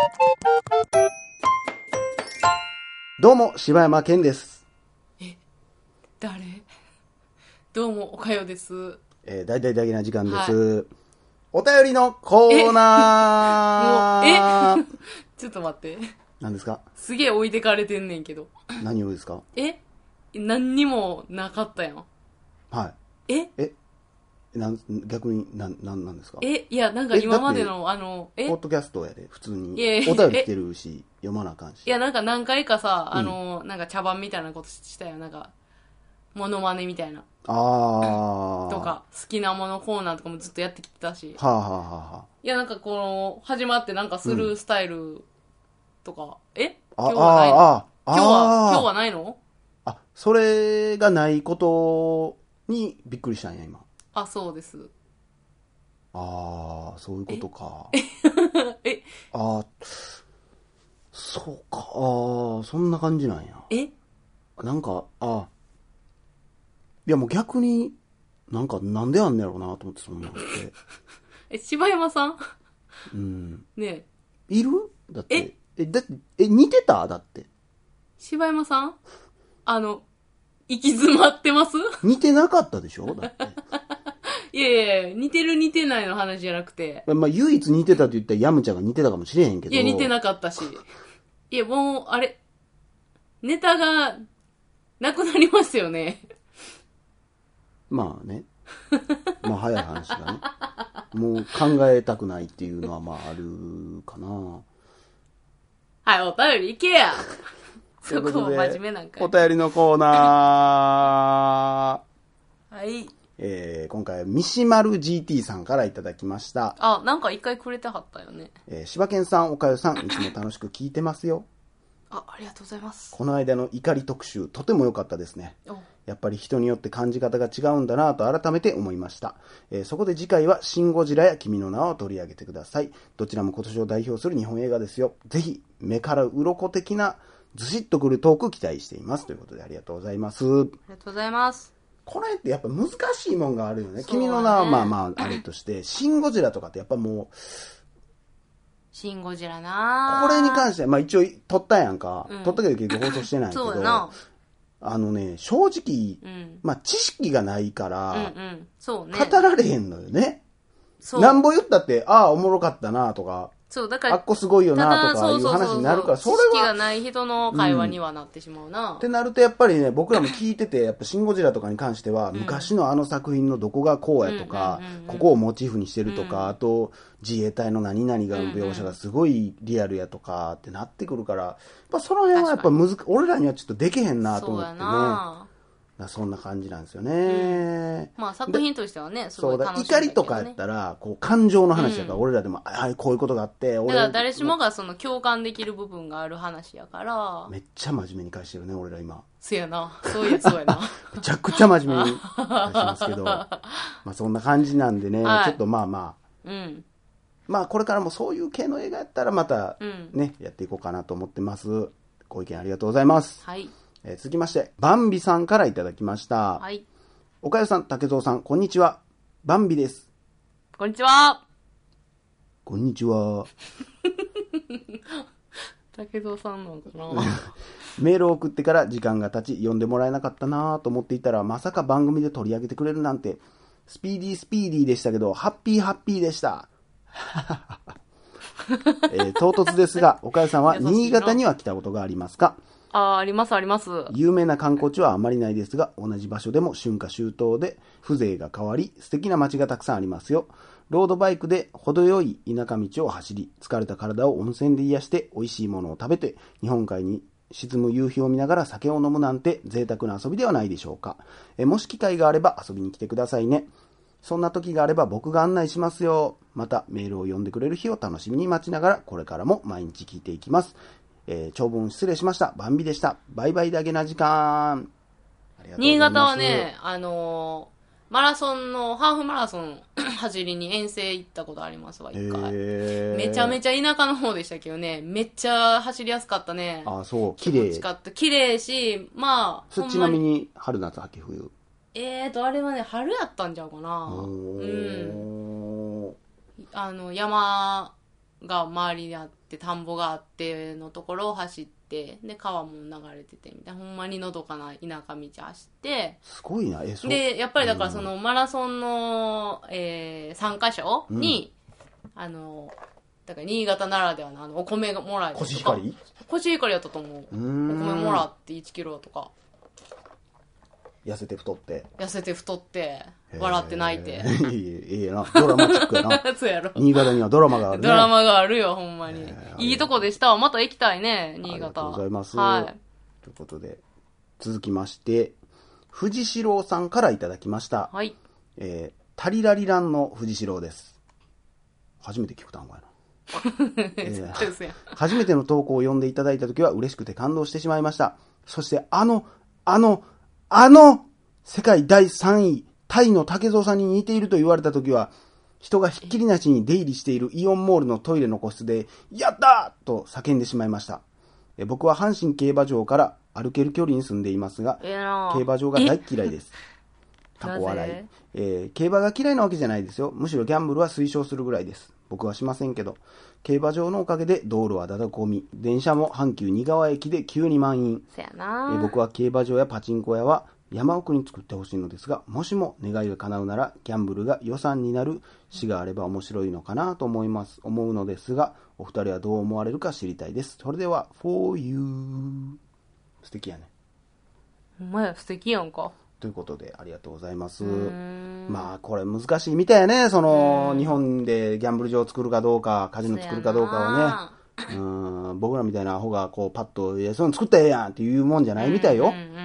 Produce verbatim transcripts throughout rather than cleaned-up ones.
どうも柴山健です。 え、誰？どうもおかよです。 えー、大々的な時間です、 はい、 お便りのコーナーもうえちょっと待って、 何ですか？ すげえ置いてかれてんねんけど。 何をですか？ え何にもなかったやん。 はい。 ええなん逆に何なんなんですか？ えいやなんか今までのあのえポッドキャストやで普通にいやお便り来てるし読まなあかんし。 いやなんか何回かさ、あの、うん、なんか茶番みたいなことしたよ。なんかモノマネみたいなあとか好きなものコーナーとかもずっとやってきてたし、 はあはあはあ、 いやなんかこの始まってなんかするスタイルとか、うん、え今日はないの？ ああ今日は今日はないの？ あ、それがないことにびっくりしたんや今。 あ、そうです。 ああ、そういうことか。 えああ、そうか。ああ、そんな感じなんや。 えなんか、ああ。いやもう逆に、なんかなんであんねやろうなと思ってそんなんって。 え、柴山さんうん。 ねえ。 いる？だって。え、え、だって、え、似てた？だって。 柴山さんあの、行き詰まってます？ 似てなかったでしょ？だって。 いやいやいや、似てる似てないの話じゃなくて。 まあ、唯一似てたと言ったらヤムちゃんが似てたかもしれへんけど。 いや、似てなかったし。いや、もう、あれ、ネタが、なくなりますよね。 まあね。まあ早い話がね。もう考えたくないっていうのはまああるかな。 はい、お便り行けや。そこも真面目なんかい。 お便りのコーナー。 はい。 えー、今回はミシマル ジーティー さんからいただきました。 あ、なんか一回くれてはったよね。 えー、柴犬さん、おかよさん、いつも楽しく聞いてますよ。 あ、ありがとうございます。 この間の怒り特集、とても良かったですね。やっぱり人によって感じ方が違うんだなと改めて思いました。えー、そこで次回はシン・ゴジラや君の名を取り上げてください。どちらも今年を代表する日本映画ですよ。ぜひ、目から鱗的なずしっとくるトーク期待しています。ということでありがとうございます。ありがとうございます。 これってやっぱ難しいもんがあるよね。君の名はまあまああれとして、シン・ゴジラとかってやっぱもう、 シン・ゴジラなこれに関しては、まあ一応撮ったやんか。 うん、 撮ったけど結局放送してないけど。そうやな。あのね、正直、うん、まあ知識がないから、うんうん、そうね、語られへんのよね。なんぼ言ったって、ああ、おもろかったなとか、そうだからあっこすごいよなとかいう話になるから、それは。 知識がない人の会話にはなってしまうな。 うん、ってなるとやっぱりね、僕らも聞いてて、やっぱシン・ゴジラとかに関しては、うん、昔のあの作品のどこがこうやとか、うんうんうんうん、ここをモチーフにしてるとか、うん、あと自衛隊の何々が描写がすごいリアルやとかってなってくるから、やっぱその辺はやっぱむず俺らにはちょっとできへんなと思ってね。そんな感じなんですよね、 うん、まあ作品としてはねすごい楽しいんだけどね。 そうだ、怒りとかやったらこう感情の話だから、俺らでも、うん、あこういうことがあって俺だから誰しもがその共感できる部分がある話やから。 めっちゃ真面目に返してるね俺ら今。 そうやな、そういやそうやなめちゃくちゃ真面目に返してますけどまあそんな感じなんでね、はい、ちょっとまあまあ、うん、まあこれからもそういう系の映画やったらまたね、うん、やっていこうかなと思ってます。ご意見ありがとうございます。はい。えー、続きまして、バンビさんからいただきました。はい。おかよさん、竹蔵さん、こんにちは。バンビです。 こんにちは。 こんにちは。 竹蔵さんなのかなメールを送ってから時間が経ち、読んでもらえなかったなと思っていたら、まさか番組で取り上げてくれるなんて、スピーディースピーディーでしたけど、ハッピーハッピーでした。えー、唐突ですが、おかよさんは新潟には来たことがありますか？ ああ、ありますあります。 有名な観光地はあまりないですが、同じ場所でも春夏秋冬で風情が変わり、素敵な街がたくさんありますよ。ロードバイクで程よい田舎道を走り、疲れた体を温泉で癒して美味しいものを食べて、日本海に沈む夕日を見ながら酒を飲むなんて贅沢な遊びではないでしょうか。えもし機会があれば遊びに来てくださいね。そんな時があれば僕が案内しますよ。またメールを読んでくれる日を楽しみに待ちながら、これからも毎日聞いていきます。えー、長文失礼しました。バンビでした。バイバイだけな時間。 新潟はね、あのー、マラソンの、ハーフマラソン走りに遠征行ったことありますわ、一回。めちゃめちゃ田舎の方でしたけどね、めっちゃ走りやすかったね。 あ、そう、綺麗。 気持ちかった。綺麗し、まあ、 そちなみに、春夏秋冬。 えーと、あれはね、春やったんちゃうかな。うん。あの、山、 が周りにあって、田んぼがあってのところを走って、で、川も流れててみたいな、ほんまにのどかな田舎道走って、 すごいな、え、そう。 で、やっぱりだからそのマラソンの、えー、参加所に、うん、あの、だから新潟ならではのあのお米がもらえてコシヒカリコシヒカリやったと思う。お米もらっていちキロとか。 痩せて太って。 痩せて太って、笑って泣いて。 いいえな。ドラマチックやな。 そうやろ。 新潟にはドラマがあるね。 ドラマがあるよ、ほんまに。いいとこでしたわ。また行きたいね、新潟。ありがとうございます。 はい。 ということで、続きまして、藤四郎さんからいただきました。 はい。 えー、タリラリランの藤四郎です。初めて聞く単語やな。えー、初めての投稿を読んでいただいたときは嬉しくて感動してしまいました。そしてあの、あの、あの、世界だいさんい、タイの竹蔵さんに似ていると言われたときは、人がひっきりなしに出入りしているイオンモールのトイレの個室で、やったーと叫んでしまいました。え僕は阪神競馬場から歩ける距離に住んでいますが、競馬場が大嫌いです。過去笑い、えー。競馬が嫌いなわけじゃないですよ。むしろギャンブルは推奨するぐらいです。僕はしませんけど。競馬場のおかげで道路はだだこみ、電車も阪急仁川駅で急に満員。 そやな、 えー、僕は競馬場やパチンコ屋は山奥に作ってほしいのですが、もしも願いが叶うならギャンブルが予算になる市があれば面白いのかなと思います思うのですが、お二人はどう思われるか知りたいです。それでは For you。 素敵やね。 ほんまや、素敵やんか。 ということでありがとうございます。まあこれ難しいみたいやね。その日本でギャンブル場を作るかどうか、カジノ作るかどうかはね、うん、僕らみたいなアホがこうパッと、いや、その作ったらええやんっていうもんじゃないみたいよ。 うんうんうんうん、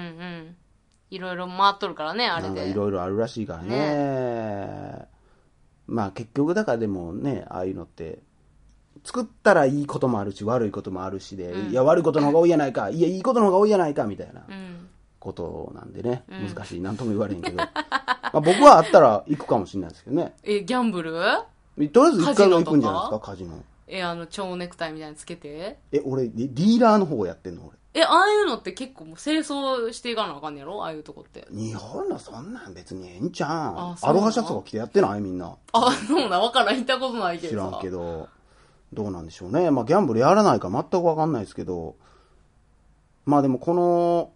いろいろ回っとるからね、あれで。なんかいろいろあるらしいからね。ね、まあ結局だからでもね、ああいうのって作ったらいいこともあるし悪いこともあるしで、うん、いや悪いことの方が多いやないか、いやいいことの方が多いやないかみたいなことなんでね、うん、難しい、なんとも言われへんけど、まあ僕はあったら行くかもしれないですけどね。 え、ギャンブル？ とりあえず一回は行くんじゃないですか、カジノ。 え、あの蝶ネクタイみたいにつけて。 え、俺ディーラーの方やってんの俺。 え、ああいうのって結構もう清掃していかなあかんねやろ、ああいうとこって。 日本のそんなん別にええんちゃん。あアロハシャツとか着てやってないみんな。 あ、そうな、わからん、行ったことないけど。 知らんけど、どうなんでしょうね。まあギャンブルやらないから全くわかんないですけど、まあでもこの、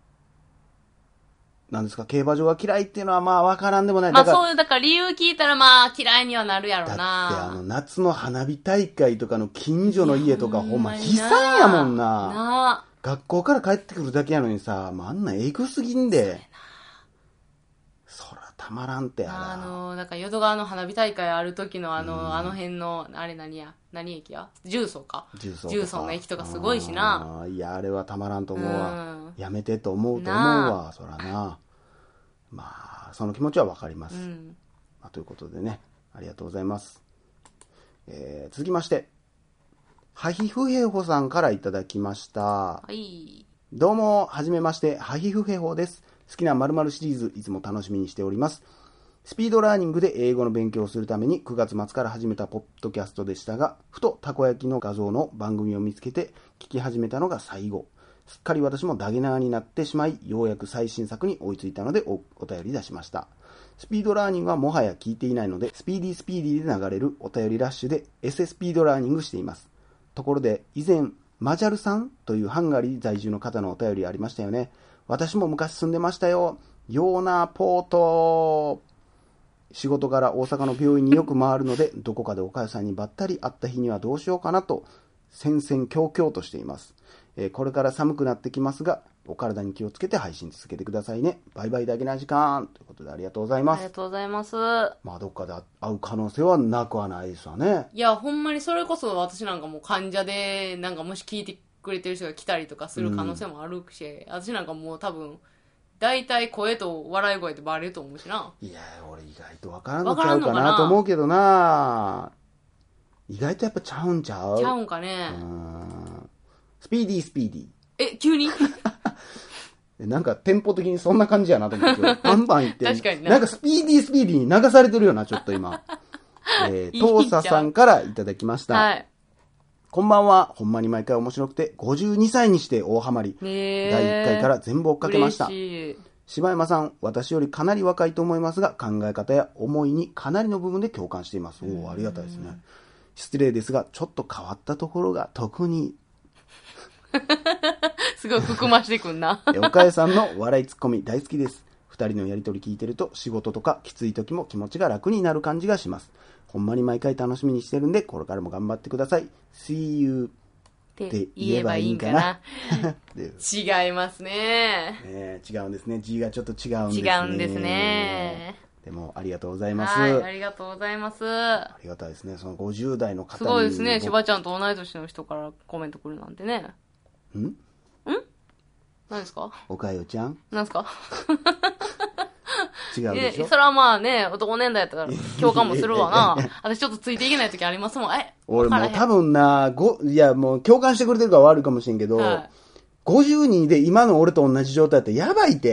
なんですか、競馬場が嫌いっていうのはまあわからんでもない。 まあそういう、だから理由聞いたらまあ嫌いにはなるやろな。 だってあの夏の花火大会とかの近所の家とかほんま悲惨やもんな。なあ。学校から帰ってくるだけやのにさ、あんなエグすぎんで。そらたまらんてやな。 あの、なんか淀川の花火大会ある時のあの、うん、あの辺の、あれ何や、何駅や重曹か。重曹。重曹の駅とかすごいしな。 いや、あれはたまらんと思うわ。うん、やめてと思うと思うわ、そらな。まあ、その気持ちはわかります。うん、まあ、ということでね、ありがとうございます。えー、続きまして。はひふへほさんからいただきました。 はい。 どうも、はじめまして、はひふへほです。好きな〇〇シリーズ、いつも楽しみにしております。スピードラーニングで英語の勉強をするためにくがつ末から始めたポッドキャストでしたが、ふとたこ焼きの画像の番組を見つけて聞き始めたのが最後。すっかり私もダゲナーになってしまい、ようやく最新作に追いついたので お, お便り出しました。スピードラーニングはもはや聞いていないので、スピーディースピーディーで流れるお便りラッシュで エス スピードラーニングしています。ところで以前マジャルさんというハンガリー在住の方のお便りありましたよね。私も昔住んでましたよ。ヨーナーポート。仕事柄大阪の病院によく回るので、どこかでお母さんにばったり会った日にはどうしようかなと戦々恐々としています。えー、これから寒くなってきますが、お体に気をつけて配信続けてくださいね。バイバイだけな時間ということでありがとうございます。 ありがとうございます。 まあどっかで会う可能性はなくはないですわね。 いやほんまにそれこそ私なんかもう患者でなんかもし聞いてくれてる人が来たりとかする可能性もあるし、うん、私なんかもう多分大体声と笑い声ってバレると思うしな。 いや俺意外と分からんのちゃうかなと思うけどな。意外とやっぱちゃうんちゃうちゃうんかね。 うん、スピーディースピーディー。 え急になんかテンポ的にそんな感じやなと思ってバンバン言って確かにな, なんかスピーディースピーディーに流されてるよなちょっと今えー、トーサさんからいただきました。はい、こんばんは。ほんまに毎回面白くてごじゅうにさいにして大ハマり、だいいっかいから全部追っかけました。柴山さん、私よりかなり若いと思いますが考え方や思いにかなりの部分で共感しています。おー、ありがたいですね。 失礼ですが、ちょっと変わったところが特に。 すごい含ましてくんな。 岡江さんの笑いツッコミ大好きです。二人のやりとり聞いてると仕事とかきつい時も気持ちが楽になる感じがします。ほんまに毎回楽しみにしてるんで、これからも頑張ってください。See you って言えばいいんかな。 違いますね。 ね違うんですね。字がちょっと違うんですね。 違うんですね。 でもありがとうございます。 はい、ありがとうございます。 ありがたいですね。そのごじゅう代の方に。 すごいですね。しばちゃんと同い年の人からコメント来るなんてね。 んん何ですか？ おかよちゃん何ですか？ 違うでしょ。 それはまあね、男年代やったから共感もするわな。私ちょっとついていけない時ありますもん。え俺もう多分な、ご、いやもう共感してくれてるから悪いかもしれんけど、はい、ごじゅうにんで今の俺と同じ状態ってやばいって。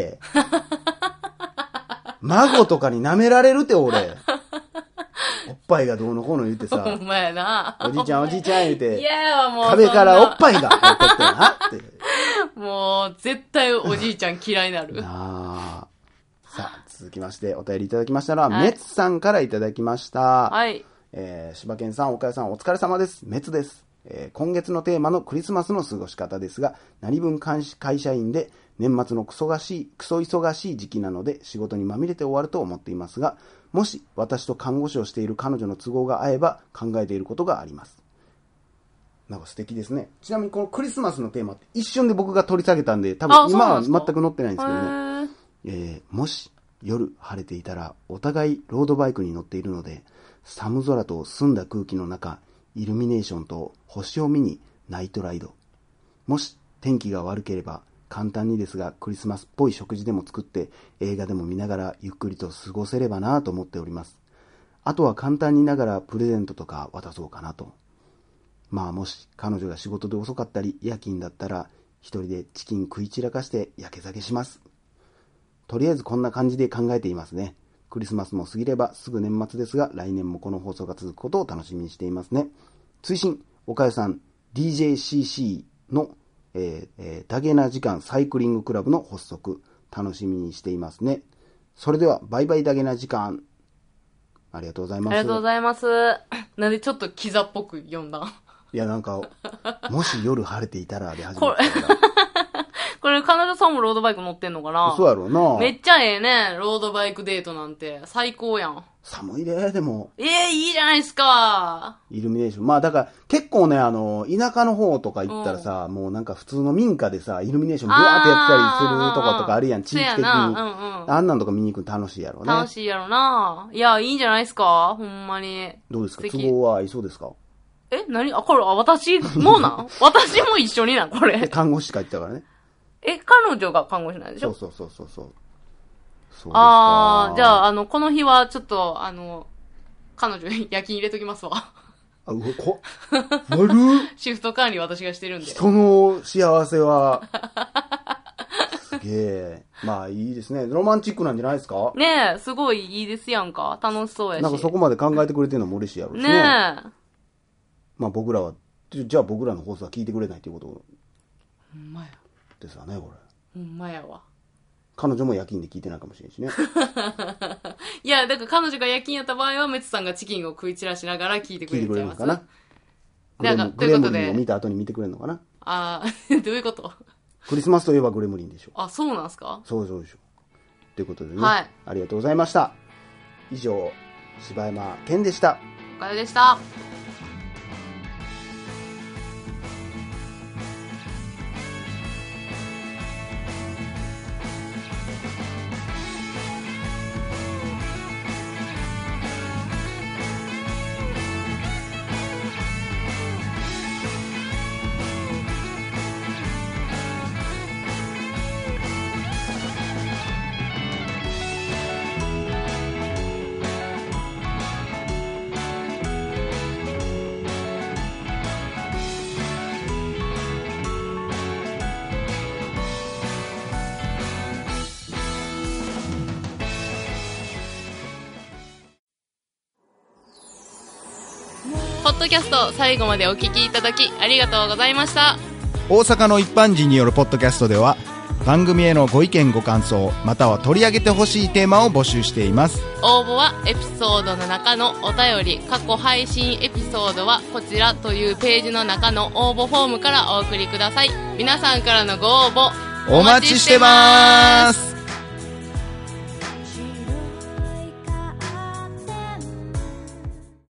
孫とかに舐められるって俺。おっぱいがどうのこうの言ってさ。 ほんまやな。 おじいちゃんおじいちゃん言って。 いやもう。 壁からおっぱいが残ってるなって。 もう、絶対おじいちゃん嫌いになる。 あさあ、続きまして、お便りいただきましたのは、はい、メツさんからいただきました。 はい。 えー、柴犬さん、岡谷さん、お疲れ様です。メツです。えー、今月のテーマのクリスマスの過ごし方ですが、何分会社員で、年末のクソがしい、クソ忙しい時期なので、仕事にまみれて終わると思っていますが、もし私と看護師をしている彼女の都合が合えば考えていることがあります。なんか素敵ですね。ちなみにこのクリスマスのテーマって一瞬で僕が取り下げたんで、多分今は全く載ってないんですけどね。えー、もし夜晴れていたらお互いロードバイクに乗っているので、寒空と澄んだ空気の中、イルミネーションと星を見にナイトライド。もし天気が悪ければ簡単にですがクリスマスっぽい食事でも作って映画でも見ながらゆっくりと過ごせればなと思っております。あとは簡単にながらプレゼントとか渡そうかなと。まあもし彼女が仕事で遅かったり夜勤だったら一人でチキン食い散らかしてやけ酒します。とりあえずこんな感じで考えていますね。クリスマスも過ぎればすぐ年末ですが来年もこの放送が続くことを楽しみにしていますね。追伸、岡谷さん ディージェーシーシー のえーえー、ダゲな時間サイクリングクラブの発足楽しみにしていますね。それではバイバイダゲな時間。ありがとうございます。 ありがとうございます。なんでちょっとキザっぽく読んだ？ いやなんかもし夜晴れていたらで始まったからこれ彼女さんもロードバイク乗ってんのかな？ そうやろうな。 めっちゃええね。ロードバイクデートなんて最高やん。 寒いででもええー、いいじゃないですか。 イルミネーションまあだから結構ねあの田舎の方とか行ったらさ、うん、もうなんか普通の民家でさイルミネーションブワーってやってたりするとことかあるやん地域的に、うんうん、あんなんとか見に行くの楽しいやろうね。 楽しいやろな。いやいいんじゃないですかほんまに。 どうですか都合は合いそうですか？ え何あこれあ私もうなん私も一緒になんこれ看護師か言ったからね。 え彼女が看護師なんでしょ？ そうそうそうそうそう。 そうああじゃああのこの日はちょっとあの彼女に夜勤入れときますわ。 あ、うわ、こ、悪シフト管理私がしてるんで。 人の幸せは、すげえ。まあいいですね。ロマンチックなんじゃないですか？ ねえ、すごいいいですやんか。楽しそうやし。 なんかそこまで考えてくれてるのも嬉しいやろうしね。 ねえ。 まあ僕らは、じゃあ僕らの放送は聞いてくれないっていうことほんまや。 ですわね、これ。 ほんまやわ。 彼女も夜勤で聞いてないかもしれんしね。 いや、だから彼女が夜勤やった場合は、メツさんがチキンを食い散らしながら聞いてくれるんちゃいます？聞いてくれるのかな？グレム、グレムリンを見た後に見てくれるのかな？ ああ、どういうこと？ クリスマスといえばグレムリンでしょ。 あ、そうなんすか？ そうそうでしょ。ということでね、 はい。 ありがとうございました。以上、柴山健でした。 おかよでした。ポッドキャスト最後までお聞きいただきありがとうございました。 大阪の一般人によるポッドキャストでは番組へのご意見ご感想または取り上げてほしいテーマを募集しています。 応募はエピソードの中のお便り、過去配信エピソードはこちらというページの中の応募フォームからお送りください。皆さんからのご応募お待ちしてます。